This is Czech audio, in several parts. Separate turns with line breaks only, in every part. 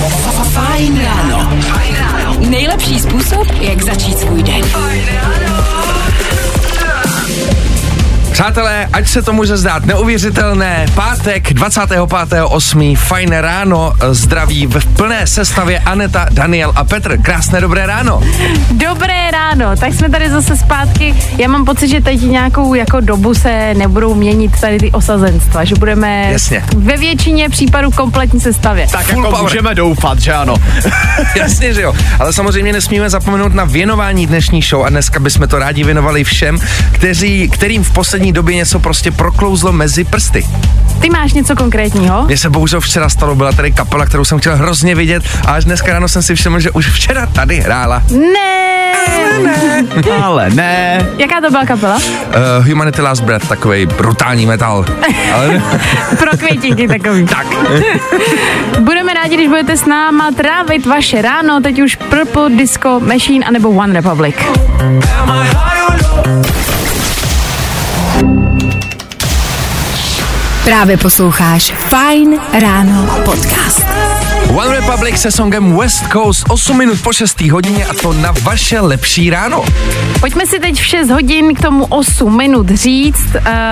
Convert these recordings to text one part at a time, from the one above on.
Fajn ráno. Nejlepší způsob, jak začít svůj den.
Přátelé, ať se to může zdát neuvěřitelné, pátek 25.8. Fajn ráno, zdraví v plné sestavě Aneta, Daniel a Petr. Krásné dobré ráno.
Dobré ráno, tak jsme tady zase zpátky. Já mám pocit, že teď nějakou jako dobu se nebudou měnit tady ty osazenstva, že budeme ve většině případů kompletní sestavě.
Tak full jako power. Můžeme doufat, že ano.
Jasně, že jo. Ale samozřejmě nesmíme zapomenout na věnování dnešní show a dneska bychom to rádi věnovali všem, kterým v poslední době něco prostě proklouzlo mezi prsty.
Ty máš něco konkrétního?
Mně se bohužel včera stalo, byla tady kapela, kterou jsem chtěl hrozně vidět a až dneska ráno jsem si všiml, že už včera tady hrála.
Ale ne.
Jaká to byla kapela?
Humanity Last Breath, takovej brutální metal. Ale...
Pro květinky takový.
Tak.
Budeme rádi, když budete s náma trávit vaše ráno, teď už Purple Disco Machine anebo One Republic.
Právě posloucháš Fajn ráno podcast.
One Republic se songem West Coast 8 minut po 6. hodině a to na vaše lepší ráno.
Pojďme si teď v 6 hodin k tomu 8 minut říct,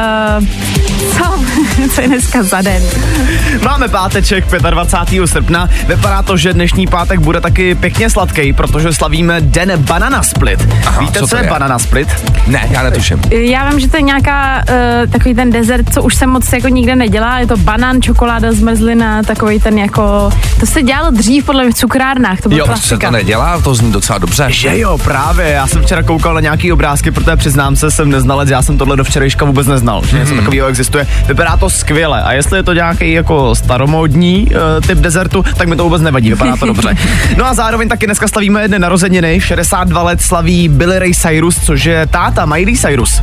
co je dneska za den.
Máme páteček 25. srpna. Vypadá to, že dnešní pátek bude taky pěkně sladký, protože slavíme den Banana Split.
Aha,
víte, co je Banana Split?
Ne, já netuším.
Já vím, že to je nějaká takový ten dezert, co už se moc jako nikde nedělá. Je to banán, čokoláda, zmrzlina, takový ten jako... To se dělalo dřív podle mě v cukrárnách, to byla klasika.
Jo, se to nedělá, to zní docela dobře.
Že jo, právě, já jsem včera koukal na nějaký obrázky, protože přiznám se, jsem neznalec, já jsem tohle do včerejška vůbec neznal, že něco takového existuje. Vypadá to skvěle a jestli je to nějaký jako staromódní typ dezertu, tak mi to vůbec nevadí, vypadá to dobře. No a zároveň taky dneska slavíme jedny narozeniny, 62 let slaví Billy Ray Cyrus, což je táta Miley Cyrus.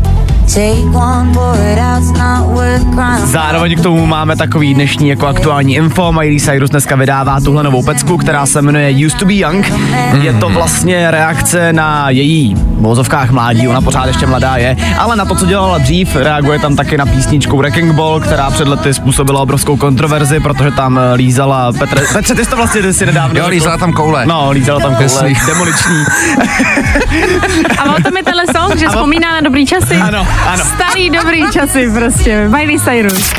Zároveň k tomu máme takový dnešní jako aktuální info. Miley Cyrus dneska vydává tuhle novou pecku, která se jmenuje Used to be Young. Je to vlastně reakce na její v vozovkách mládí, ona pořád ještě mladá je, ale na to, co dělala dřív, reaguje tam taky na písničku Wrecking Ball, která před lety způsobila obrovskou kontroverzi, protože tam lízala Petře, ty jsi to vlastně si nedávno.
Jo, lízala tam koule.
No, lízala tam koule, demoliční.
A o tom je tenhle song, že vzpomíná na dobrý časy?
Ano.
Starý dobrý časy prostě, Miley Cyrus.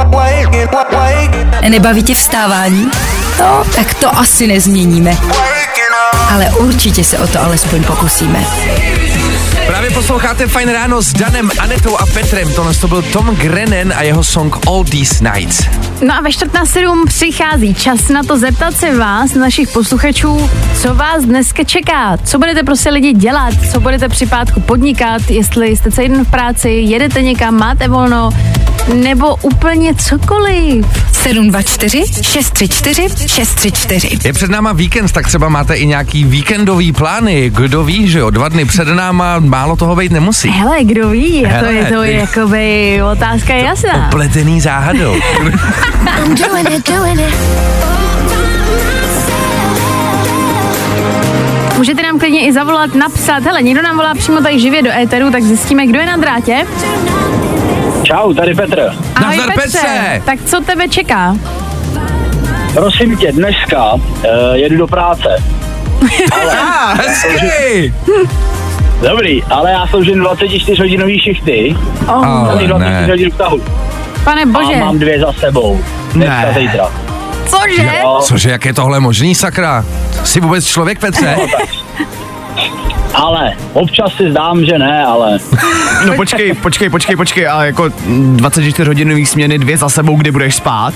Nebaví tě vstávání? No, tak to asi nezměníme. Ale určitě se o to alespoň pokusíme.
Právě posloucháte Fajn ráno s Danem, Anetou a Petrem. Tohle to byl Tom Grennan a jeho song All These Nights.
No a ve 6:45 přichází čas na to zeptat se vás, našich posluchačů, co vás dneska čeká. Co budete prostě lidi dělat, co budete při pátku podnikat, jestli jste celý den v práci, jedete někam, máte volno, nebo úplně cokoliv.
724 634 634.
Je před náma víkend, tak třeba máte i nějaký víkendový plány. Kdo ví, že jo, 2 dny před náma málo toho být nemusí.
Hele, kdo ví, to je jakoby otázka je jasná.
Opletený záhadou.
Můžete nám klidně i zavolat, napsat. Hele, někdo nám volá přímo tady živě do éteru, tak zjistíme, kdo je na drátě.
Čau, tady Petr.
Ahoj Petře. Tak co tebe čeká?
Prosím tě, dneska jedu do práce. Ale
hezky!
Dobrý, ale já sloužím 24-hodinový šichty. 24 hodin v tahu.
Pane bože.
A mám 2 za sebou. Dneska, zítra.
Cože?
Jo.
Cože, jak je tohle možný, sakra? Jsi vůbec člověk, Petře?
No, ale občas si zdám, že ne, ale...
No počkej, a jako 24-hodinový směny 2 za sebou, kdy budeš spát?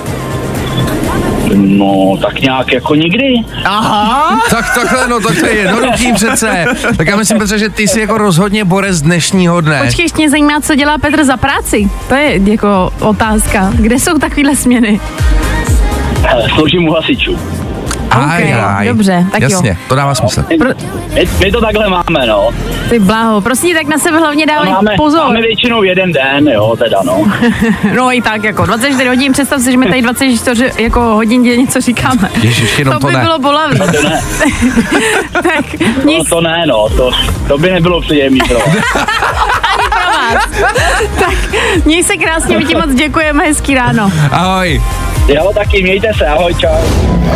No, tak nějak jako nikdy.
Aha.
Tak takhle, no tak to je jednoduchý přece. Tak já myslím, Petře, že ty jsi jako rozhodně borec dnešního dne.
Počkej, ještě mě zajímá, co dělá Petr za práci. To je jako otázka. Kde jsou takovýhle směny?
Sloužím u hasičů.
Okay, dobře, tak
jasně,
jo.
To dává smysl.
My to takhle máme, no.
Ty bláho, prosím, tak na sebe hlavně dávej pozor.
Máme většinou jeden den, jo, teda no.
No i tak, jako 24 hodin, představ si, že my tady 24 jako hodin dělně něco říkáme.
Ježiš, jenom
to by bylo bolavý.
No to ne.
Tak,
no to ne, no, to by nebylo příjemný pro vás.
Ani pro vás. Tak, měj se krásně, my ti moc děkujeme, hezký ráno.
Ahoj.
Jo, taky mějte se, ahoj, čau.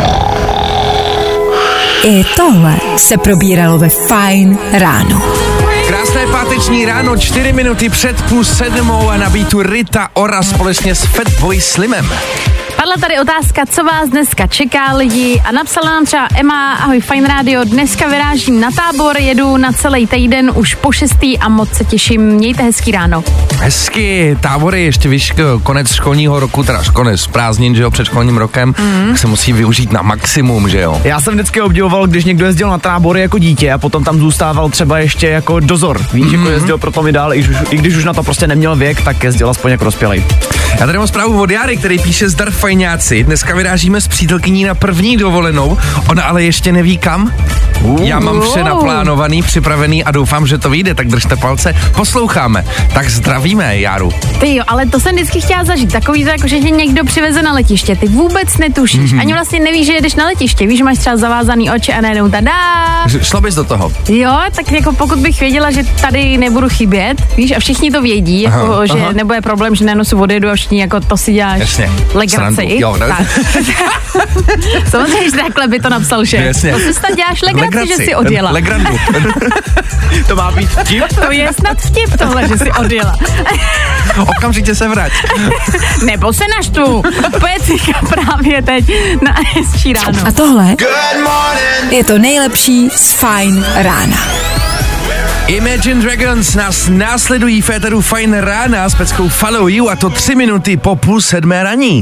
I tohle se probíralo ve Fajn ráno.
Krásné páteční ráno, 4 minuty před 6:30 a na beatu Rita Ora společně s Fatboy Slimem.
Padla tady otázka, co vás dneska čeká lidi a napsala nám třeba Emma, ahoj Fajn rádio, dneska vyrážím na tábor, jedu na celý týden už po 6. a moc se těším, mějte hezký ráno.
Hezky, tábory, ještě víš, konec školního roku, teda konec prázdnin, že jo, před školním rokem, tak se musí využít na maximum, že jo.
Já jsem vždycky obdivoval, když někdo jezdil na tábory jako dítě a potom tam zůstával třeba ještě jako dozor. Víš, jako jezdil proto mi dál, i když už na to prostě neměl věk, tak jezdil aspoň jako dospělej.
Já tady mám zprávu od Jary, který píše zdar fajňáci. Dneska vyrážíme s přítelkyní na první dovolenou, ona ale ještě neví kam. Já mám vše naplánovaný, připravený a doufám, že to vyjde, tak držte palce. Posloucháme, tak zdravíme Járu.
Ty jo, ale to jsem vždycky chtěla zažít, takový to jako, že tě někdo přiveze na letiště, ty vůbec netušíš, ani vlastně nevíš, že jedeš na letiště, víš, že máš třeba zavázaný oči a najednou tada.
Šlo bys do toho?
Jo, tak jako pokud bych věděla, že tady nebudu chybět, víš, a všichni to vědí, jako, že nebude problém, že na nosu odjedu a všichni jako to si děláš legraci.
Jo, no.
Samozřejmě, že takhle by to napsal šéf.
Jasně.
To si snad děláš legraci, že jsi odjela.
Legrandu.
To má být vtip?
To je snad vtip tohle, že jsi odjela.
Okamžitě se vrať.
Nebo se naštvu. Poetika právě teď na hezčí ráno.
A tohle je to nejlepší z Fajn rána.
Imagine Dragons nás následují v éteru Fajn rána s peckou Follow You a to 3 minuty po 6:30 raní.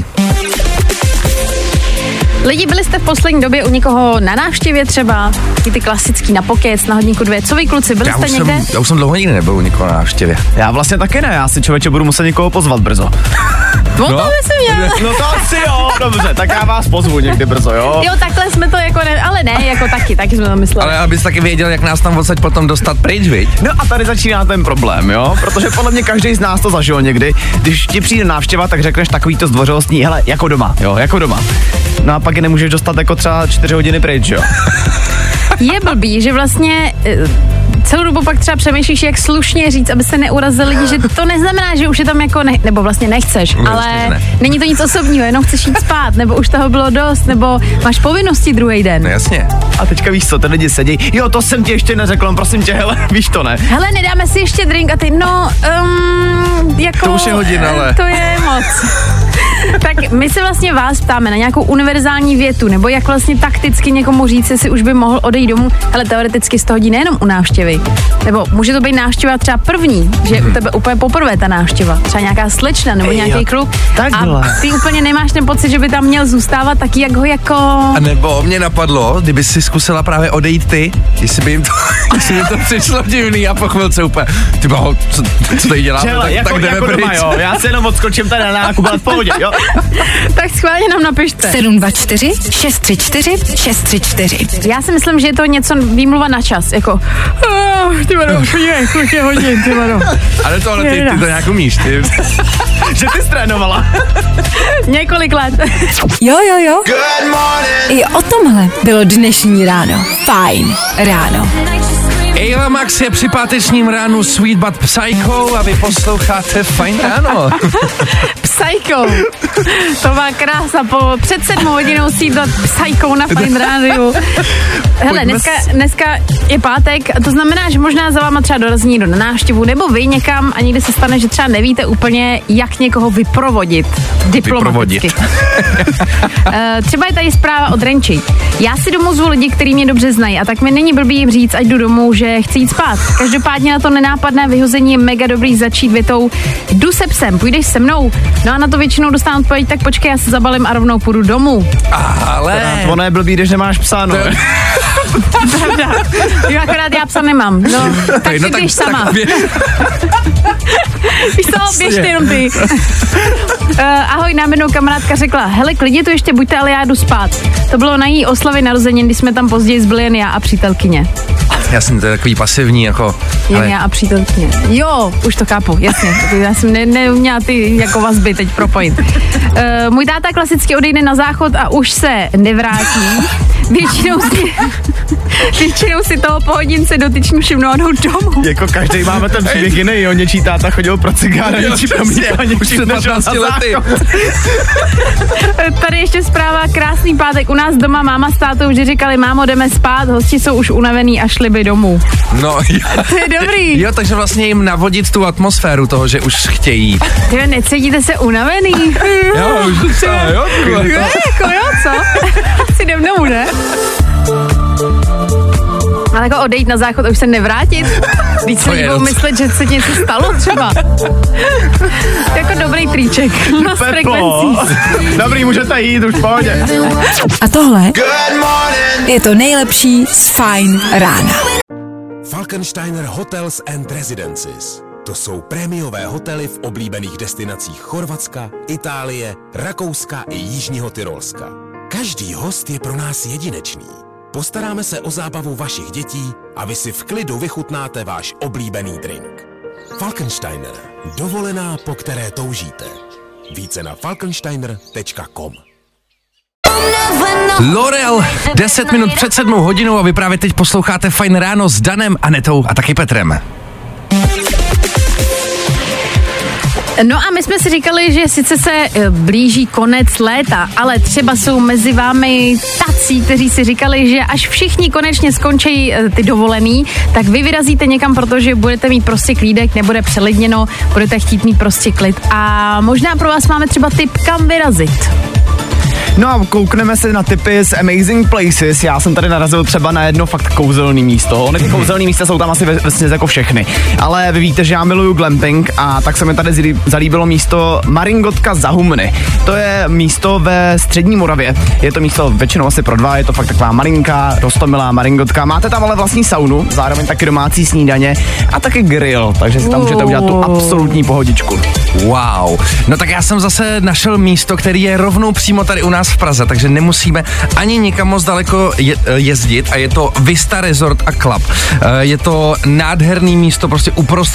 Lidi, byli jste v poslední době u někoho na návštěvě třeba? Ty klasický na pokec, na hodinku 2. Co vy kluci, byli jste někde?
Já už jsem dlouho nikdy nebyl u někoho na návštěvě.
Já vlastně taky ne, já si člověče budu muset někoho pozvat brzo.
No to myslím, já.
No to asi jo, dobře, tak já vás pozvu někdy brzo, jo?
Jo, takhle jsme to jako ale ne, jako taky jsme to mysleli.
Ale abys taky věděl, jak nás tam odsaď potom dostat pryč, viď?
No a tady začíná ten problém, jo? Protože podle mě každý z nás to zažil někdy. Když ti přijde návštěva, tak řekneš takový to zdvořilostní, hele, jako doma, jo, jako doma. No a pak je nemůžeš dostat jako třeba 4 hodiny pryč, jo?
Je blbý, že vlastně celou dobu pak třeba přemýšlíš, jak slušně říct, aby se neurazili lidi, že to neznamená, že už je tam jako nebo vlastně nechceš, ale není to nic osobního, jenom chceš jít spát, nebo už toho bylo dost, nebo máš povinnosti druhý den.
No jasně.
A teďka víš co, ty lidi sedí, jo, to jsem ti ještě neřekl, prosím tě, hele, víš to, ne?
Hele, nedáme si ještě drink a ty, jako...
To už je hodina, ale...
To je moc. Tak my se vlastně vás ptáme na nějakou univerzální větu, nebo jak vlastně takticky někomu říct, jestli už by mohl odejít domů, ale teoreticky 100 hodin nejenom u návštěvy. Nebo může to být návštěva třeba první, že je u tebe úplně poprvé ta návštěva, třeba nějaká slečna nebo nějaký kluk.
Takhle.
A ty úplně nemáš ten pocit, že by tam měl zůstávat taky, jak ho jako...
A nebo mě napadlo, kdyby si zkusila právě odejít ty, jestli by jim to přišlo divný a po chvilce úplně, ty baho, co tady děláme, tak jdeme pryč.
Doma, jo. Já si jenom odskočím tady na nákup, ale v pohodě, jo.
Tak schválně nám napište.
724 634 634.
Já si myslím, že je to něco výmluva na čas, jako ty vado, kolik je hodin, ty vado.
Ale ty to nějak umíš, ty.
Že ty strénovala.
Několik let.
Jo. I o tomhle bylo dnešní ráno. Fajn ráno.
Ava Max je při pátečním ránu Sweet But Psycho a vy posloucháte Fajn ráno.
Psycho. To má krása. Před 7 hodinou si dát Psycho na Fajn rádiu. Hele, dneska je pátek a to znamená, že možná za váma třeba dorazí někdo na návštěvu nebo vy někam a někdy se stane, že třeba nevíte úplně, jak někoho vyprovodit diplomaticky. Třeba je tady zpráva od Renči. Já si domů zvu lidi, kteří mě dobře znají a tak mi není blbý jim říct, ať jdu domů, že chci jít spát. Každopádně na to nenápadné vyhození je mega dobrý začít větou jdu se psem, půjdeš se mnou? No a na to většinou dostanu odpověď, tak počkej, já se zabalím a rovnou půjdu domů.
Ale...
Ono je blbý, když nemáš psa, no.
Pravda. Jo, akorát já psa nemám. No, tak si běž sama. Víš co, běž ty jenom ty. Ahoj, nám jednou kamarádka řekla, hele, klidně tu ještě buďte, ale já jdu spát. To bylo na její oslavě narozenin, kdy jsme tam později zbyli jen já a přítelkyně.
Jasně, to je takový pasivní, jako...
Jen já a přítelkyně. Jo, už to chápu, jasně. Já jsem neuměla ty jako vazby teď propojit. Můj táta klasicky odejde na záchod a už se nevrátí. Většinou si toho po hodince dotyčně všimnou domů.
Jako každý máme ten příběh jiný, jo, něčí táta chodil pro cigára, něčí pro mýto, něčí nešel na záchod.
Tady ještě zpráva, krásný pátek, u nás doma máma s tátou vždy říkali, mámo, jdeme spát, hosti jsou už unavený a šli by domů.
No,
to je dobrý.
Jo, takže vlastně jim navodit tu atmosféru toho, že už chtějí.
Tyhle, necítíte se unavený?
Jo, už docela, jo.
Jako jo, co? Si jdem domů, ne? Ale jako odejít na záchod a už se nevrátit? Víc se budou myslet, že se něco stalo třeba. Jako dobrý triček. No, s frekvencí.
Dobrý, můžete jít, už v pohodě.
A tohle je to nejlepší z Fajn rána.
Falkensteiner Hotels and Residences. To jsou prémiové hotely v oblíbených destinacích Chorvatska, Itálie, Rakouska i Jižního Tyrolska. Každý host je pro nás jedinečný. Postaráme se o zábavu vašich dětí a vy si v klidu vychutnáte váš oblíbený drink. Falkensteiner. Dovolená, po které toužíte. Více na falkensteiner.com.
L'Oreal, 10 minut před 7 hodinou a vy právě teď posloucháte Fajn ráno s Danem, Anetou a taky Petrem.
No a my jsme si říkali, že sice se blíží konec léta, ale třeba jsou mezi vámi tací, kteří si říkali, že až všichni konečně skončí ty dovolený, tak vy vyrazíte někam, protože budete mít prostě klídek, nebude přelidněno, budete chtít mít prostě klid. A možná pro vás máme třeba tip, kam vyrazit.
No a koukneme se na tipy z Amazing Places. Já jsem tady narazil třeba na jedno fakt kouzelný místo. Ony ty kouzelný místa jsou tam asi vlastně jako všechny. Ale vy víte, že já miluju glamping a tak se mi tady zalíbilo místo Maringotka za Humny. To je místo ve Střední Moravě. Je to místo většinou asi pro dva, je to fakt taková malinká, roztomilá Maringotka. Máte tam ale vlastní saunu, zároveň taky domácí snídaně a taky grill, takže si tam můžete udělat tu absolutní pohodičku.
Wow. No tak já jsem zase našel místo, který je rovnou přímo tady u nás v Praze, takže nemusíme ani nikam moc daleko jezdit a je to Vista Resort a Club. Je to nádherný místo prostě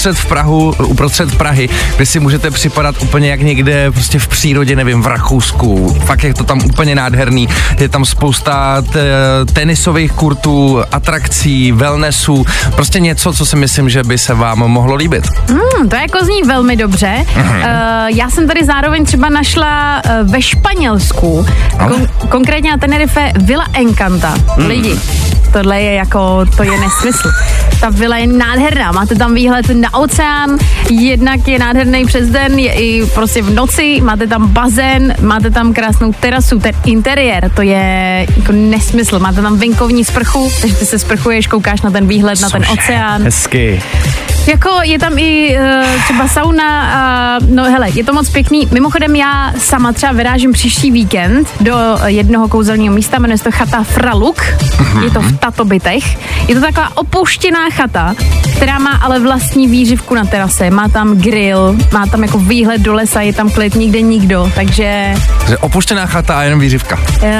uprostřed Prahy, kde si můžete připadat úplně jak někde prostě v přírodě, nevím, v Rakousku. Fakt je to tam úplně nádherný. Je tam spousta tenisových kurtů, atrakcí, wellnessů, prostě něco, co si myslím, že by se vám mohlo líbit.
To jako zní velmi dobře. Já jsem tady zároveň třeba našla ve Španělsku, konkrétně na Tenerife, Villa Encanta. Lidi, tohle je jako, to je nesmysl. Ta vila je nádherná, máte tam výhled na oceán, jednak je nádherný přes den, je i prostě v noci, máte tam bazén, máte tam krásnou terasu, ten interiér, to je jako nesmysl, máte tam venkovní sprchu, takže ty se sprchuješ, koukáš na ten výhled, na ten oceán.
Hezky.
Jako je tam i třeba sauna, no hele, je to moc pěkný. Mimochodem já sama třeba vyrážím příští víkend do jednoho kouzelného místa, jmenuje se to chata Fraluk, je to v Tatobitech. Je to taková opuštěná chata, která má ale vlastní výřivku na terase, má tam grill, má tam jako výhled do lesa, je tam klid, nikde nikdo, takže...
Opuštěná chata a jenom výřivka.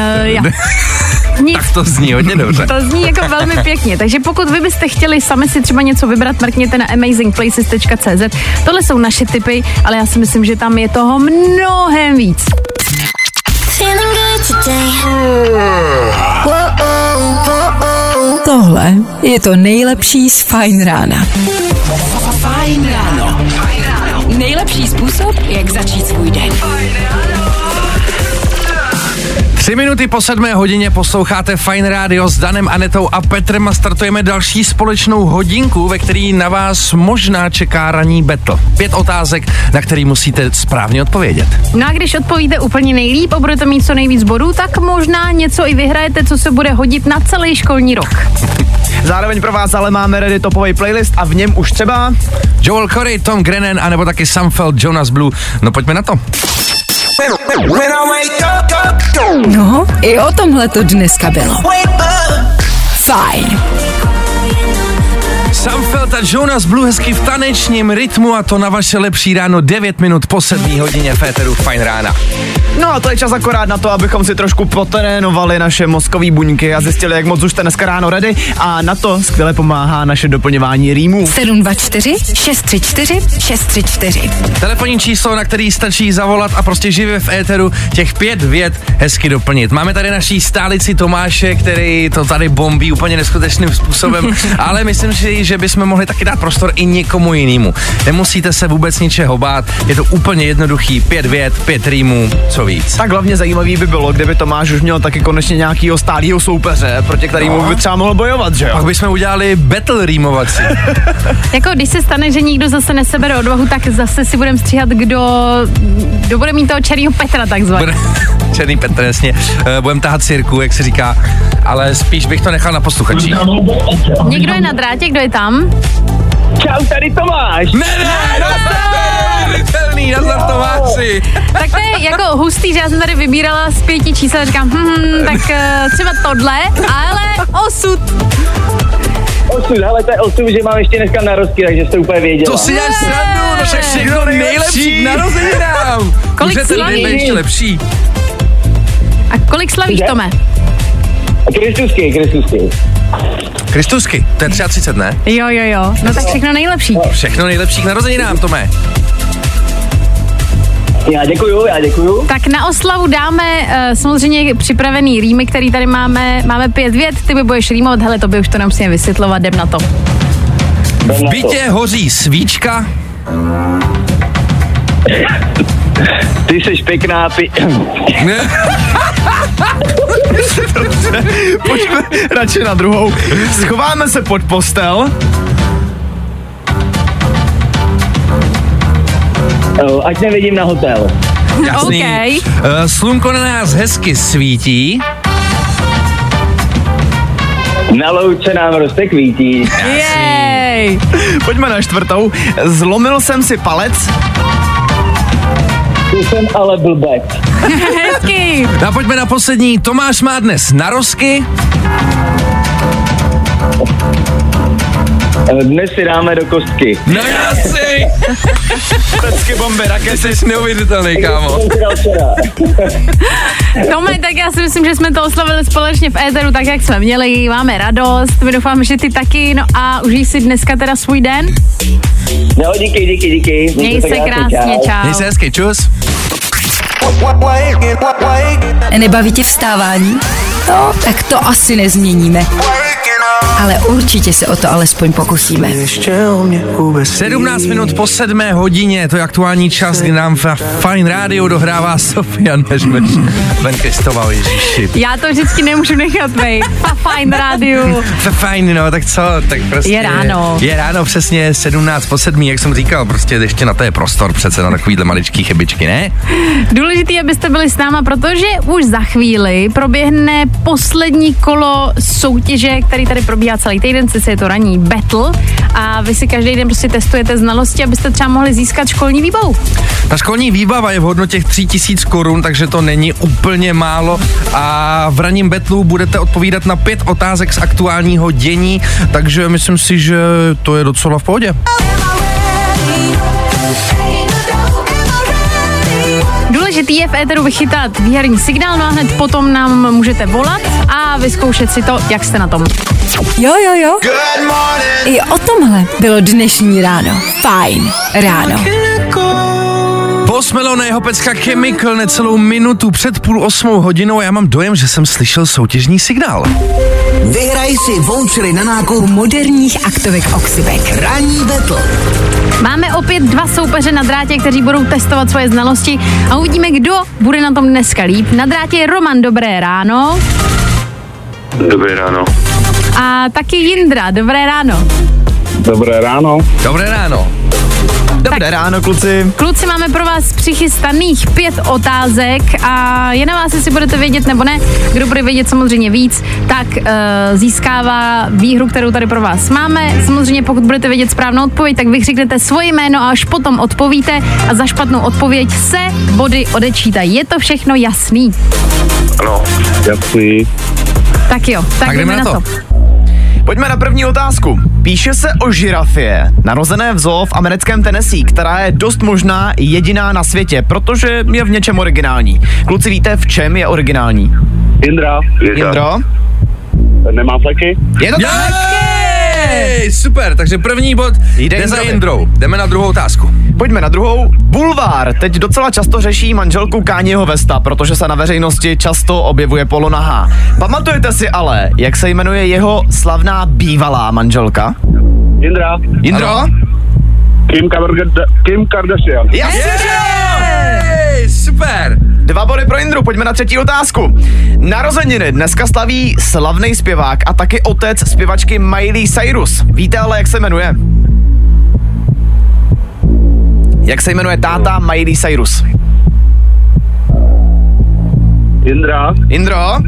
Nic.
Tak to zní hodně dobře.
To zní jako velmi pěkně, takže pokud vy byste chtěli sami si třeba něco vybrat, mrkněte na amazingplaces.cz. Tohle jsou naše tipy, ale já si myslím, že tam je toho mnohem víc.
Tohle je to nejlepší z Fajn rána.
Fajn ráno. Nejlepší způsob, jak začít svůj den.
3 minuty po 7 hodině posloucháte Fajn rádio s Danem, Anetou a Petrem a startujeme další společnou hodinku, ve který na vás možná čeká ranní battle. 5 otázek, na který musíte správně odpovědět.
No a když odpovíte úplně nejlíp a budete mít co nejvíc bodů, tak možná něco i vyhrajete, co se bude hodit na celý školní rok.
Zároveň pro vás ale máme ready topový playlist a v něm už třeba
Joel Corey, Tom Grennan anebo taky Sam Feld, Jonas Blue. No pojďme na to.
No, i o tomhle to dneska bylo. Fajn.
Sam Felt a Jonas Blue hezky v tanečním rytmu a to na vaše lepší ráno 9 minut po 7 hodině v éteru Fajn rána.
No a to je čas akorát na to, abychom si trošku potrénovali naše mozkové buňky a zjistili, jak moc už jste dneska ráno ready, a na to skvěle pomáhá naše doplňování rýmů.
724 634 634.
Telefonní číslo, na který stačí zavolat a prostě živě v éteru těch 5 vět hezky doplnit. Máme tady naší stálici Tomáše, který to tady bombí úplně neskutečným způsobem, ale myslím si, že bychom mohli taky dát prostor i někomu jinému. Nemusíte se vůbec ničeho bát, je to úplně jednoduchý, 5 vět, 5 rýmů, co víc.
Tak hlavně zajímavý by bylo, kdyby Tomáš už měl taky konečně nějakýho stálýho soupeře, proti kterému by třeba mohl bojovat, že jo?
Pak bychom udělali battle rýmovací.
Jako když se stane, že nikdo zase nesebere odvahu, tak zase si budeme stříhat, kdo bude mít toho černýho Petra takzvaně.
Černý Petr, jasně. Budeme tahat cirku, jak se říká, ale spíš bych to nechal na posluchačích.
Někdo je na drátě, kdo je tam?
Čau, tady Tomáš.
Ne, neuvěřitelný, nazdar Tomáši.
Tak to je jako hustý, že já jsem tady vybírala z 5 čísel a říkám, tak třeba tohle, ale osud.
Ale to je osud, že mám ještě dneska narozky, takže jste úplně věděla.
To si dáš srandu, no však všechno nejlepší k narozeninám.
Kolik
Můžete
slavíš?
být ještě lepší.
A kolik slavíš, Tome?
Kristusky, to je 33, ne?
Jo, no tak všechno nejlepší.
Všechno nejlepší k narozeninám, Tome.
Já děkuju.
Tak na oslavu dáme samozřejmě připravený rýmy, který tady máme 5 vět, ty by budeš rýmovat, hele, to by už to nemusíme vysvětlovat, jdem na to.
V bytě hoří svíčka.
Ty jsi pěkná,
Pojďme radši na druhou. Schováme se pod postel.
Ať nevidím na hotel.
Jasný.
Okay.
Slunko na nás hezky svítí.
Na louce nám roste kvítí.
Jej!
Pojďme na čtvrtou. Zlomil jsem si palec.
Ty jsem ale blbec.
Hezky!
A pojďme na poslední. Tomáš má dnes narozky.
Dnes si dáme do kostky.
No jasný!
Pecky, bomby, rakety.
Jsi neuvěřitelný, kámo.
Tome, tak já si myslím, že jsme to oslavili společně v éteru tak, jak jsme měli, máme radost, my doufám, že ty taky, no a užij si dneska teda svůj den.
No, díky.
Měj se krásně, čau.
Měj se hezky, čus.
Nebaví tě vstávání? No, tak to asi nezměníme. Ale určitě se o to alespoň pokusíme.
17 minut po 7 hodině, to je aktuální čas, kdy nám v Fajn rádiu dohrává Sofian Mežmeš. Ven Kristova, Ježíši.
Já to vždycky nemůžu nechat vejít. Fajn rádiu.
Fajn, no, tak co, tak prostě. Je ráno přesně 17 po 7, jak jsem říkal, prostě ještě na to je prostor přece na takovýhle maličký chybičky, ne?
Důležitý, abyste byli s náma, protože už za chvíli proběhne poslední kolo soutěže, který tady probíhá celý týden, sice je to ranní battle a vy si každý den prostě testujete znalosti, abyste třeba mohli získat školní výbavu.
Ta školní výbava je v hodnotě 3000 korun, takže to není úplně málo a v ranním battlu budete odpovídat na 5 otázek z aktuálního dění, takže myslím si, že to je docela v pohodě.
Důležitý je v éteru vychytat výherní signál, no a hned potom nám můžete volat a vyzkoušet si to, jak jste na tom.
Jo. I o tomhle bylo dnešní ráno. Fajn ráno.
Post Malone, jeho pecka Chemical necelou minutu před 7:30 a já mám dojem, že jsem slyšel soutěžní signál.
Vyhraj si vouchery na nákup
Moderních aktovek Oxybek.
Ranní battle.
Máme opět 2 soupeře na drátě, kteří budou testovat svoje znalosti a uvidíme, kdo bude na tom dneska líp. Na drátě je Roman, dobré ráno.
Dobré ráno.
A taky Jindra, dobré ráno.
Dobré ráno.
Dobré ráno.
Dobré ráno, kluci.
Kluci, máme pro vás přichystaných 5 otázek a je na vás, jestli budete vědět nebo ne. Kdo bude vědět samozřejmě víc, tak získává výhru, kterou tady pro vás máme. Samozřejmě pokud budete vědět správnou odpověď, tak vykřiknete svoje jméno a až potom odpovíte a za špatnou odpověď se body odečítají. Je to všechno jasný?
Ano, jasný.
Tak jo, tak jdeme na to.
Pojďme na první otázku. Píše se o žirafě, narozené v zoo v americkém Tennessee, která je dost možná jediná na světě, protože je v něčem originální. Kluci, víte, v čem je originální?
Jindro? Nemá fleky?
Je to tak?
Super, takže první bod jde za Jindrou. Jdeme na druhou otázku.
Pojďme na druhou. Bulvár teď docela často řeší manželku Kanyeho Westa, protože se na veřejnosti často objevuje polonahá. Pamatujete si ale, jak se jmenuje jeho slavná bývalá manželka? Jindro?
Kim Kardashian.
Jasně,
super.
2 body pro Jindru, pojďme na třetí otázku. Narozeniny dneska slaví slavný zpěvák a taky otec zpěvačky Miley Cyrus. Víte ale, jak se jmenuje? Jak se jmenuje táta Miley Cyrus?
Jindro?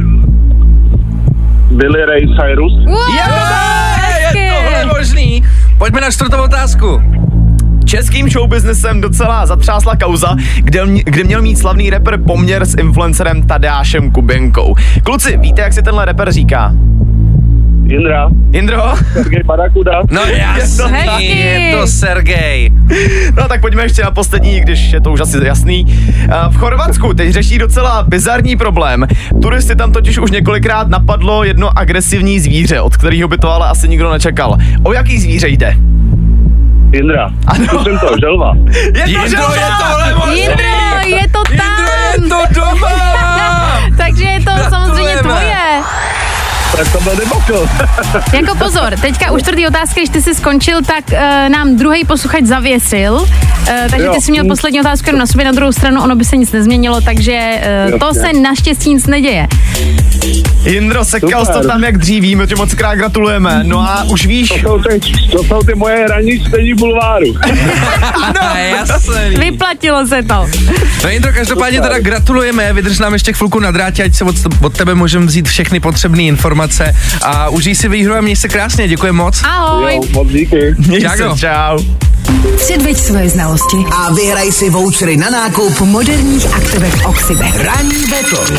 Billy Ray Cyrus.
Je tohle možný. Pojďme na čtvrtou otázku.
Českým showbiznesem docela zatřásla kauza, kde měl mít slavný rapper poměr s influencerem Tadeášem Kuběnkou. Kluci, víte, jak si tenhle rapper říká? Jindro?
Sergej Barakuda.
No jasný, je to Sergej.
No tak pojďme ještě na poslední, když je to už asi jasný. V Chorvatsku teď řeší docela bizarní problém. Turisty tam totiž už několikrát napadlo jedno agresivní zvíře, od kterého by to ale asi nikdo nečekal. O jaký zvíře jde?
Jindra.
Ano.
Jsem to, želva.
Jindro, je tohle možný.
Jindro, je to tam.
Jindro, je to doma.
Takže je to samozřejmě tvoje.
Tak to byl debakl.
Jako pozor, teďka u čtvrtý otázky, když ty jsi skončil, tak nám druhý posluchač zavěsil, takže ty jsi měl poslední otázku jenom na sobě, na druhou stranu ono by se nic nezměnilo, takže to se naštěstí nic neděje.
Jindro, sekal jsi to tam jak dříví, my ti moc krát gratulujeme, no a už víš.
To jsou ty moje ranní čtení bulváru.
Ano, jasný.
Vyplatilo se to.
No Jindro, každopádně teda gratulujeme, vydrž nám ještě chvilku na drátě, ať se od tebe můžeme vzít všechny potřebné informace a užij si výhru a měj se krásně, děkuji moc.
Ahoj.
Jo, moc díky.
Čau.
Předveď svoje znalosti
A vyhraj si vouchery na nákup
v moderních aktivech Oxybe.
Ranní betl.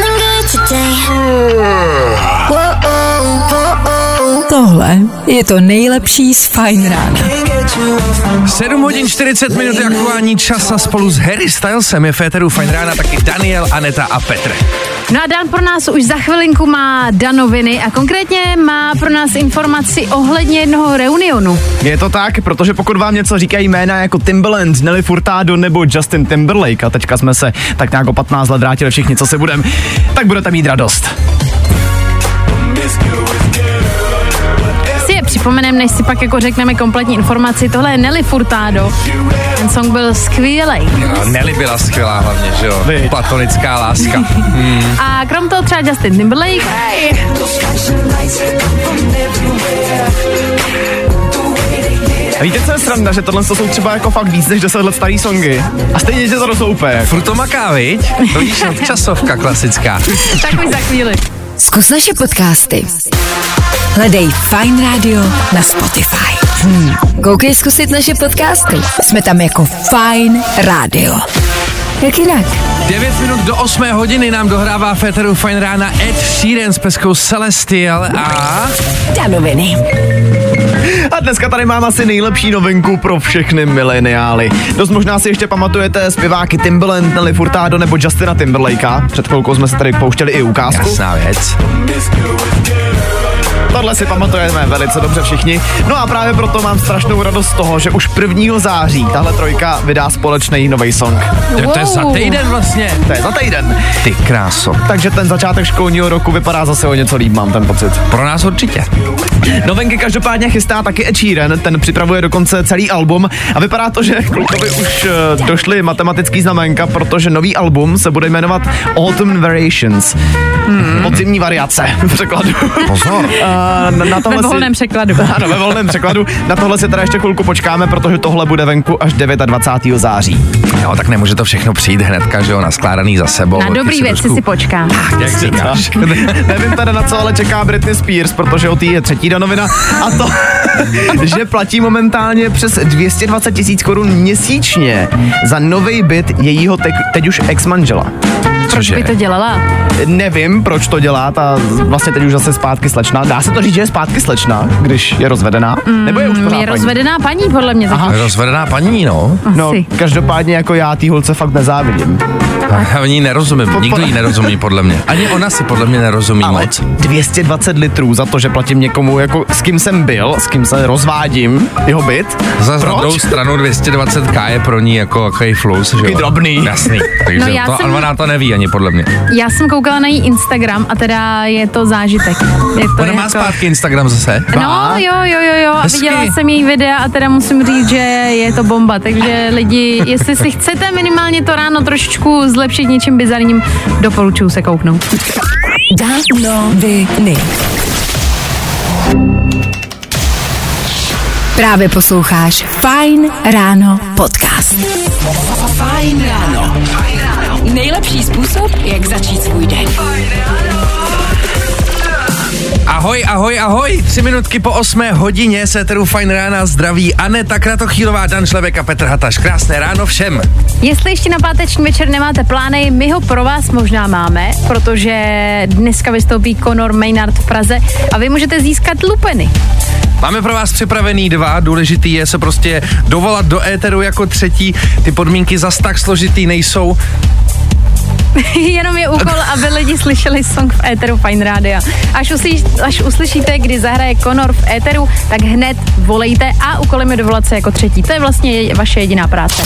Tohle je to nejlepší z Fajn rána.
7 hodin 40 minut je aktuální čas a spolu s Harry Stylesem je v éteru Fajn rána taky Daniel, Aneta a Petr.
No a Dan pro nás už za chvilinku má danoviny a konkrétně má pro nás informaci ohledně jednoho reunionu.
Je to tak, protože pokud vám něco říkají jména jako Timbaland, Nelly Furtado nebo Justin Timberlake a teďka jsme se tak nějak o 15 let vrátili všichni, co si budem, tak budete mít radost.
Si je připomenem, než si pak jako řekneme kompletní informaci, tohle je Nelly Furtado. Ten song byl skvělej.
No, Nelly byla skvělá hlavně, že jo? Platonická láska.
A krom toho třeba Justin Timberlake.
A víte, co je sranda, že tohle jsou třeba jako fakt víc než 10 let starý songy. A stejně že to rozhoupe.
Furt to maká, viď? To víš, časovka klasická.
Tak už za chvíli.
Zkus naše podcasty. Hledej Fajn Radio na Spotify. Koukej zkusit naše podcasty. Jsme tam jako Fajn Radio. Jak jinak?
9 minut do 8 hodiny nám dohrává v éteru Fajn rána Ed Sheeran s peskou Celestial a...
Danoviny.
A dneska tady mám asi nejlepší novinku pro všechny mileniály. Dost možná si ještě pamatujete zpěváky Timbaland, Nelly Furtado nebo Justina Timberlakea. Před chvilkou jsme se tady pouštěli i ukázku.
Jasná věc.
Tohle si pamatujeme velice dobře všichni. No a právě proto mám strašnou radost z toho, že už 1. září tahle trojka vydá společný nový song.
To je za týden vlastně.
To je za týden.
Ty kráso.
Takže ten začátek školního roku vypadá zase o něco líp, mám ten pocit.
Pro nás určitě.
Novinky každopádně chystá taky Ed Sheeran, ten připravuje dokonce celý album a vypadá to, že klukovi už došly matematický znamenka, protože nový album se bude jmenovat Autumn Variations. Podzimní variace v překladu.
Pozor.
Ve volném překladu.
Ano, ve volném překladu. Na tohle si teda ještě chvilku počkáme, protože tohle bude venku až 29. září.
Jo, tak nemůže to všechno přijít hnedka, že jo, naskládaný za sebou.
Na dobrý věci si počká.
Jak říkáš?
Nevím teda na co ale čeká Britney Spears, protože o té je třetí danovina a to, že platí momentálně přes 220 000 korun měsíčně za nový byt jejího teď už ex-manžela.
Cože?
By to dělala?
Nevím, proč to dělá, ta vlastně teď už zase zpátky slečna. Dá se to říct, že je zpátky slečna, když je rozvedená? Nebo je už pořád
Je
paní?
rozvedená paní, podle mě.
Aha.
Rozvedená paní, no.
No,
Asi.
každopádně jako já tý holce fakt nezávidím.
Já ní nerozumím, nikdo jí nerozumí podle mě. Ani ona si podle mě nerozumí
Ale
moc.
220 litrů za to, že platím někomu, jako s kým jsem byl, s kým se rozvádím, jeho byt.
Za
Proč?
druhou stranu 220k je pro ní jako jaký flus, že jo?
Takový drobný.
Jasný, takže
No, já
to
jsem-
ona to neví ani podle mě.
Já jsem koukala na její Instagram a teda je to zážitek. Je to
Ona má zpátky Instagram zase.
No, jo. A
Hezky.
viděla jsem její videa a teda musím říct, že je to bomba. Takže lidi, jestli si chcete minimálně to ráno trošičku zlepšit něčím bizarním, doporučuju se kouknout.
Danoviny. Právě posloucháš Fajn ráno podcast.
Fajn ráno. Nejlepší způsob, jak začít svůj den.
Ahoj, 3 minutky po 8 hodině se tedy Fajn rána zdraví Aneta Kratochvílová, Dan Šlebek a Petr Hataš. Krásné ráno všem.
Jestli ještě na páteční večer nemáte plány, my ho pro vás možná máme, protože dneska vystoupí Conor Maynard v Praze a vy můžete získat lupeny.
Máme pro vás připravený 2, důležitý je se prostě dovolat do éteru jako třetí, ty podmínky zas tak složitý nejsou.
Jenom je úkol, aby lidi slyšeli song v éteru Fajn rádia. Až uslyšíte, kdy zahraje Conor v éteru, tak hned volejte a úkolem je dovolat se jako třetí. To je vlastně vaše jediná práce.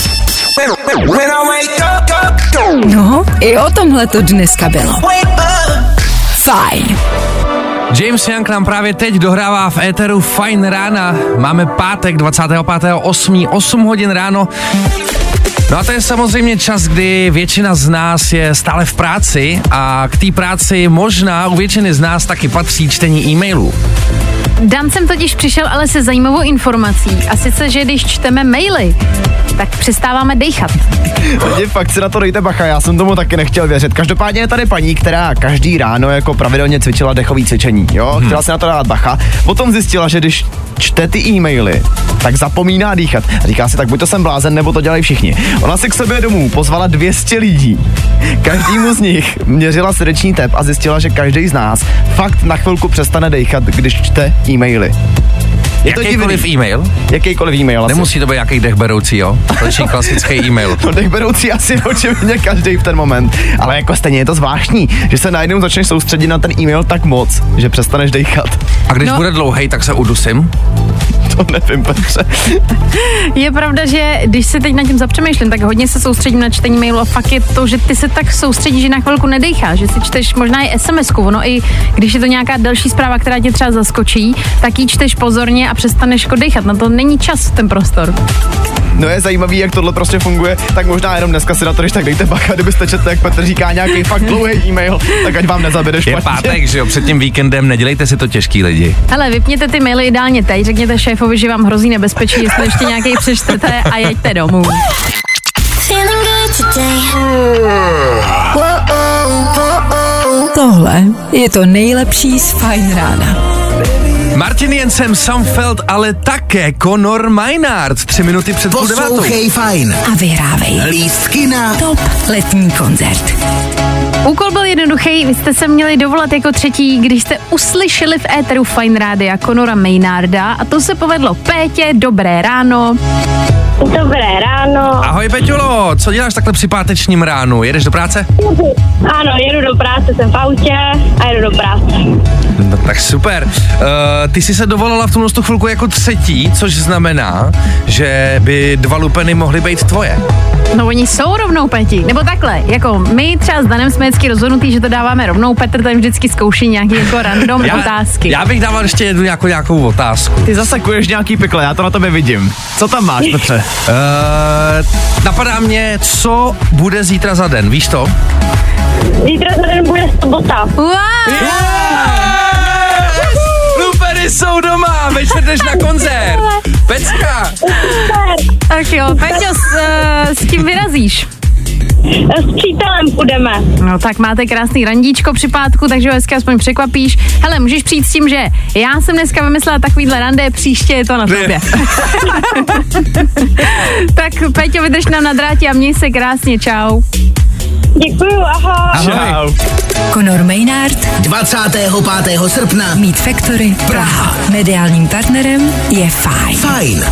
No, i o tomhle to dneska bylo. Fajn.
James Young nám právě teď dohrává v éteru Fajn rána. Máme pátek 25.8. 8 hodin ráno. No a to je samozřejmě čas, kdy většina z nás je stále v práci a k té práci možná u většiny z nás taky patří čtení e-mailů.
Dan jsem totiž přišel ale se zajímavou informací a sice, že když čteme maily, tak přestáváme dejchat.
Lidi, fakt si na to dejte bacha, já jsem tomu taky nechtěl věřit. Každopádně je tady paní, která každý ráno jako pravidelně cvičila dechový cvičení, jo? Chtěla si na to dát bacha, potom zjistila, že když čte ty e-maily, tak zapomíná dýchat. A říká si, tak buď to jsem blázen, nebo to dělají všichni. Ona si k sobě domů pozvala 200 lidí. Každému z nich měřila srdeční tep a zjistila, že každý z nás fakt na chvilku přestane dejchat, když čte e-maily. Je to
Jakýkoliv
divný.
e-mail?
Jakýkoliv e-mail. Asi.
Nemusí to být jaký dechberoucí, jo? To je klasický e-mail.
No dechberoucí asi očividně každý v ten moment. Ale jako stejně je to zvláštní, že se najednou začneš soustředit na ten e-mail tak moc, že přestaneš dejchat.
A když bude dlouhej, tak se udusím.
To nevím, Petře.
Je pravda, že když se teď nad tím zapřemýšlím, tak hodně se soustředím na čtení mailu a fakt je to, že ty se tak soustředíš, že na chvilku nedejcháš, že si čteš možná i SMS-ku, ono i když je to nějaká další zpráva, která tě třeba zaskočí, tak ji čteš pozorně a přestaneš jako dejchat, na to není čas ten prostor.
No je zajímavý, jak tohle prostě funguje, tak možná jenom dneska si na to, když tak dejte bacha, kdybyste četli, jak Petr říká nějaký fakt dlouhý e-mail, tak ať vám nezabede
Je
špatně.
pátek, že jo? Před tím víkendem nedělejte si to těžký lidi.
Hele, vypněte ty maily ideálně teď, řekněte šéfovi, že vám hrozí nebezpečí, jestli ještě nějaký přečtete a jeďte domů.
Tohle je to nejlepší z Fajn rána.
Martin Jensen, Samfeld, ale také Conor Maynard. 3 minuty před půl devátou.
Poslouchej Fajn.
A vyhrávej
Lístky na
top letní koncert.
Úkol byl jednoduchý, vy jste se měli dovolat jako třetí, když jste uslyšeli v éteru Fajn rádia Conora Maynarda a to se povedlo. Pétě, dobré ráno.
Dobré ráno.
Ahoj Peťulo, co děláš takhle při pátečním ránu? Jedeš do práce?
Ano, jedu do práce, jsem v autě a jedu do práce.
No, tak super. Ty jsi se dovolala v tuhle chvilku jako třetí, což znamená, že by 2 lupeny mohly být tvoje.
No oni jsou rovnou, Peti. Nebo takhle, jako my třeba s Danem jsme vždycky rozhodnutý, že to dáváme rovnou. Petr tam vždycky zkouší nějaký jako random otázky.
Já bych dával ještě jednu nějakou otázku.
Ty zase kuješ nějaký pikle, já to na tobě vidím. Co tam máš, Petře?
Napadá mě, co bude zítra za den, víš to?
Zítra za den bude sobota.
Wow!
Lupeny jsou doma, večer jdeš na koncert. Pecka.
Tak jo, Peťo, s tím vyrazíš.
S přítelem půjdeme.
No tak máte krásný randíčko při pátku, takže ho hezky aspoň překvapíš. Hele, můžeš přijít s tím, že já jsem dneska vymyslela takovýhle rande, příště je to na tobě. Tak Peťo, vydrž nám na drátě a měj se krásně, čau.
Děkuju, ahoj.
Ahoj.
Conor Maynard,
25. srpna.
Meet Factory, Praha. Mediálním partnerem je Fajn.
Fajn.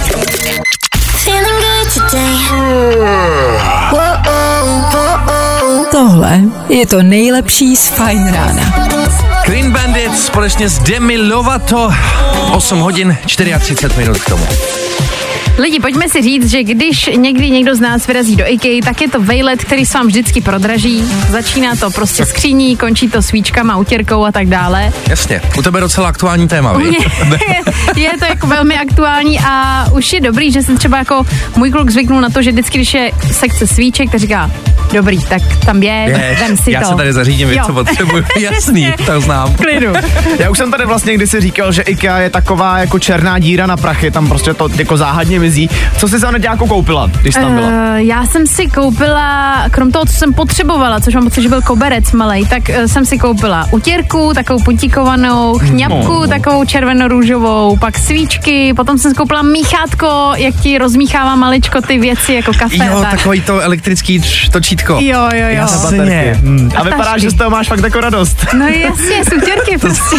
Tohle je to nejlepší z Fajn rána.
Clean Bandit společně s Demi Lovato. 8 hodin 34 minut k tomu.
Lidi, pojďme si říct, že když někdy někdo z nás vyrazí do IKEA, tak je to vejlet, který se vám vždycky prodraží. Začíná to prostě skříní, končí to svíčkama, utěrkou a tak dále.
Jasně, u tebe docela aktuální téma, víš?
Je to jako velmi aktuální a už je dobrý, že jsem třeba jako můj kluk zvyknul na to, že vždycky, když je sekce svíček, tak říká, dobrý, tak tam vem si to.
Já se tady zařídím, co potřebuji. Jasný, to znám.
Klidu.
Já už jsem tady vlastně kdysi říkal, že IKEA je taková jako černá díra na prachy, tam prostě to jako záhadně mizí. Co jsi za neděláku koupila, když tam byla?
Já jsem si koupila, krom toho, co jsem potřebovala, což mám pocit, že byl koberec malej, tak jsem si koupila utěrku, takovou puntíkovanou, chňapku, takovou červeno-růžovou, pak svíčky, potom jsem si koupila míchátko, jak ti rozmíchává maličko ty věci, jako kafe.
Jo, takový to elektrický točítko.
Jo.
Jasně.
A vypadá, že z toho máš fakt jako radost.
No jasně, z utěrky prostě.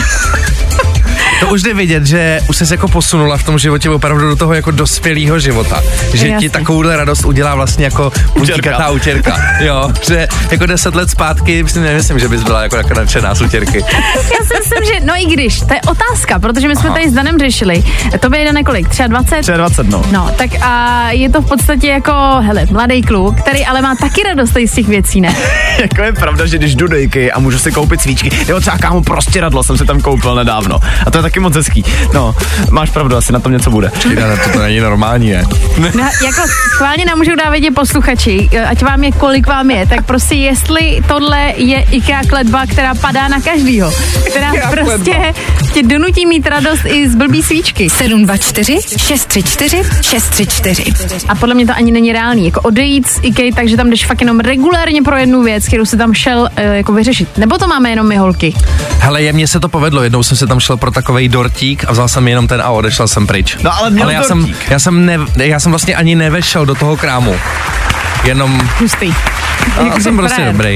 To už jde vidět, že už ses jako posunula v tom životě opravdu do toho jako dospělého života. Že ti takovouhle radost udělá vlastně jako puntíkatá utěrka. Jo, že jako 10 let zpátky si nemyslím, že bys byla jako nadšená z utěrky.
Já si myslím, že no i když, to je otázka, protože my jsme tady s Danem řešili. To by jde kolik? 23?
23, no.
No, tak a je to v podstatě jako, hele, mladý kluk, který ale má taky radost z těch věcí, ne?
Jako je pravda, že když jdu do IKEA a můžu si koupit svíčky, nebo třeba kámo prostě radlo jsem si tam koupil nedávno. A to je taky moc hezký. No, máš pravdu, asi na tom něco bude.
To není normální, je.
No, jako schválně nám můžou dát vědět posluchači, ať vám je, kolik vám je, tak prostě jestli tohle je IKEA kletba, která padá na každýho, která prostě tě donutí mít radost i z blbý svíčky.
724 634 634.
A podle mě to ani není reálný, jako odejít z IKEA, takže tam jdeš fakt jenom regulérně pro jednu věc, kterou si tam šel jako vyřešit. Nebo to máme jenom my holky?
Hele, mně se to povedlo, jednou jsem se tam šel pro takovej dortík a vzal jsem jenom ten a odešel jsem pryč.
No ale
já jsem vlastně ani nevešel do toho krámu. Jenom...
Hustý.
Já jsem prostě dobrý.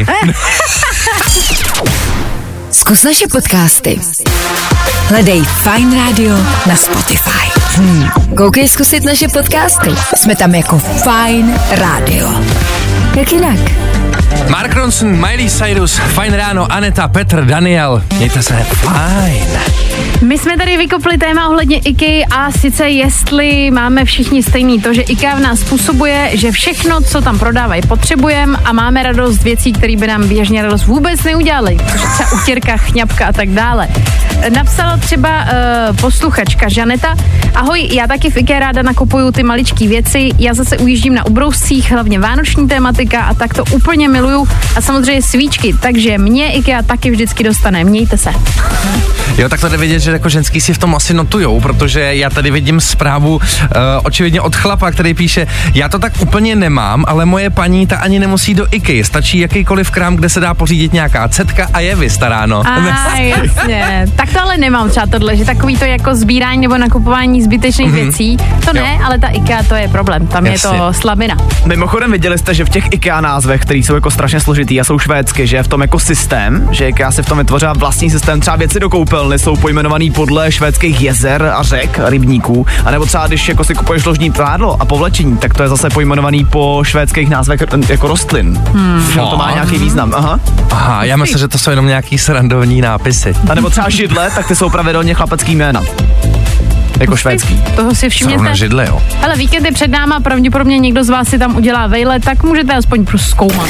Zkus naše podcasty. Hledej Fajn Radio na Spotify. Koukej zkusit naše podcasty. Jsme tam jako Fajn Radio. Jak jinak?
Mark Ronson, Miley Cyrus, Fajn ráno, Aneta, Petr, Daniel. Mějte se fajn.
My jsme tady vykopli téma ohledně IKEA a sice jestli máme všichni stejný to, že IKEA v nás způsobuje, že všechno, co tam prodávají, potřebujeme a máme radost věcí, které by nám běžně radost vůbec neudělaly. Třeba utěrka, chňapka a tak dále. Napsala třeba posluchačka Žaneta. Ahoj, já taky v IKEA ráda nakupuju ty maličký věci. Já zase ujíždím na ubrouscích, hlavně vánoční tématika a tak to úplně miluju. A samozřejmě svíčky, takže mě IKEA taky vždycky dostane. Mějte se.
Jo, tak to jde vidět, že jako ženský si v tom asi notujou, protože já tady vidím zprávu očividně od chlapa, který píše, já to tak úplně nemám, ale moje paní ta ani nemusí do IKEA, stačí jakýkoliv krám, kde se dá pořídit nějaká cetka a je vystaráno.
Jasně. Tak to ale nemám třeba tohle, že takový to jako sbírání nebo nakupování zbytečných věcí, to ne, ale ta IKEA to je problém, tam je to slabina.
Mimochodem viděli jste, že v těch IKEA názvech, který jsou jako strašně složitý a jsou švédsky, že je v tom jako systém, že IKEA si v tom vytvořila vlastní systém, třeba věci do koupelny jsou pojmenovaný podle švédských jezer a řek, rybníků, anebo třeba když jako si kupuješ ložní prádlo a povlečení, tak to je zase pojmenovaný po švédských názvech jako rostlin. To má nějaký význam.
Aha, já myslím, že to jsou jenom nějaký srandovní nápisy.
A nebo třeba židle, tak ty jsou pravidelně chlapecký jména. Jako švédský.
Toho si všimněte.
Židle, jo.
Ale víkend je před náma, pravděpodobně někdo z vás si tam udělá vejlet, tak můžete aspoň zkoumat.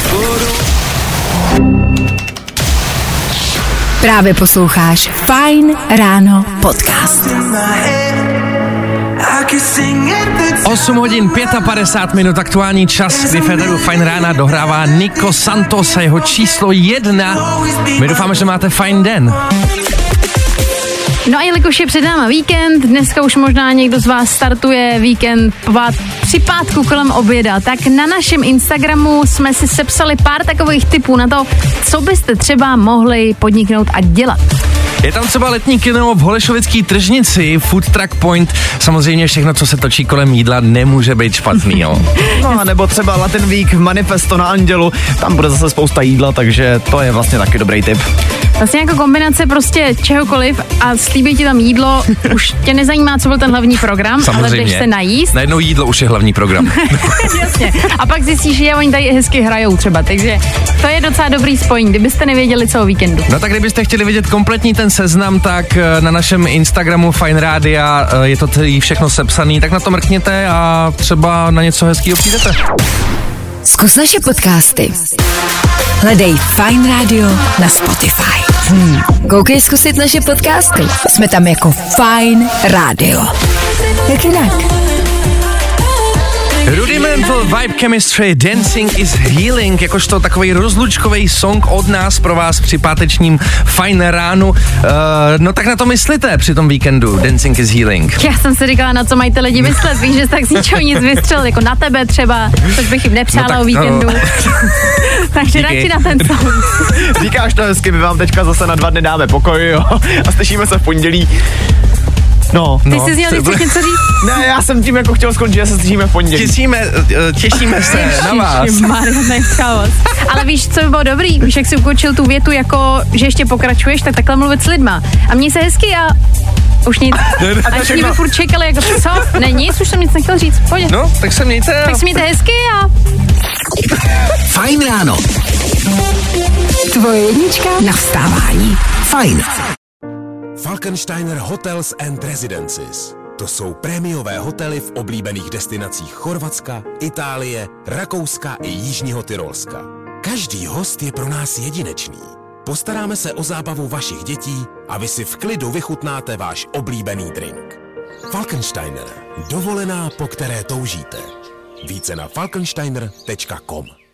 Právě posloucháš Fajn ráno podcast.
8 hodin 55 minut aktuální čas, kdy Federu Fajn rána dohrává Nico Santos a jeho číslo 1. My doufáme, že máte fajn den.
No a jelikož je před náma víkend, dneska už možná někdo z vás startuje víkend při pátku kolem oběda, tak na našem Instagramu jsme si sepsali pár takových tipů na to, co byste třeba mohli podniknout a dělat.
Je tam třeba letní kino v Holešovické tržnici, Food Truck Point, samozřejmě všechno, co se točí kolem jídla, nemůže být špatný, jo.
No a nebo třeba Latin Week v Manifesto na Andělu, tam bude zase spousta jídla, takže to je vlastně taky dobrý tip.
Vlastně jako kombinace prostě čehokoliv a slíbí ti tam jídlo, už tě nezajímá, co byl ten hlavní program,
samozřejmě.
Ale jdeš se najíst.
Najednou jídlo už je hlavní program.
Jasně. A pak zjistíš, že oni tady hezky hrajou třeba, takže to je docela dobrý spojení, kdybyste nevěděli co o víkendu.
No tak kdybyste chtěli vidět kompletní ten seznam, tak na našem Instagramu Fine Rádia je to tady všechno sepsaný, tak na to mrkněte a třeba na něco hezkýho přijdete.
Zkus naše podcasty. Hledej Fine Radio na Spotify. Koukej zkusit naše podcasty. Jsme tam jako Fine Radio. Jak jinak?
Rudimental Vibe Chemistry, Dancing is Healing, jakožto takový rozlučkový song od nás pro vás při pátečním Fajn ránu. No tak na to myslíte při tom víkendu, Dancing is Healing.
Já jsem si říkala, na co mají ty lidi myslet, víš, že jsi tak z ničeho nic vystřelil, jako na tebe třeba, což bych jim nepřála o víkendu. No. Takže radši na ten song.
Říkáš to hezky, my vám teďka zase na 2 dny dáme pokoj, jo, a slyšíme se v pondělí. No.
Ty jsi měl něco říct?
Ne, já jsem tím jako chtěl skončit, že se slyšíme v pondělí.
Těšíme se na vás.
Ale víš, co by bylo dobrý? Víš, jak jsi ukončil tu větu jako, že ještě pokračuješ, tak takhle mluvit s lidma. A měj se hezky a už nic. A všichni by furt čekali, jako co? Ne, nic, už jsem nic nechtěl říct. Pojď.
No, tak se mějte.
Tak se mějte hezky a...
Fajn ráno.
Tvoje jednička na vstávání.
Fajn.
Falkensteiner Hotels and Residences. To jsou prémiové hotely v oblíbených destinacích Chorvatska, Itálie, Rakouska i Jižního Tyrolska. Každý host je pro nás jedinečný. Postaráme se o zábavu vašich dětí a vy si v klidu vychutnáte váš oblíbený drink. Falkensteiner. Dovolená, po které toužíte. Více na falkensteiner.com.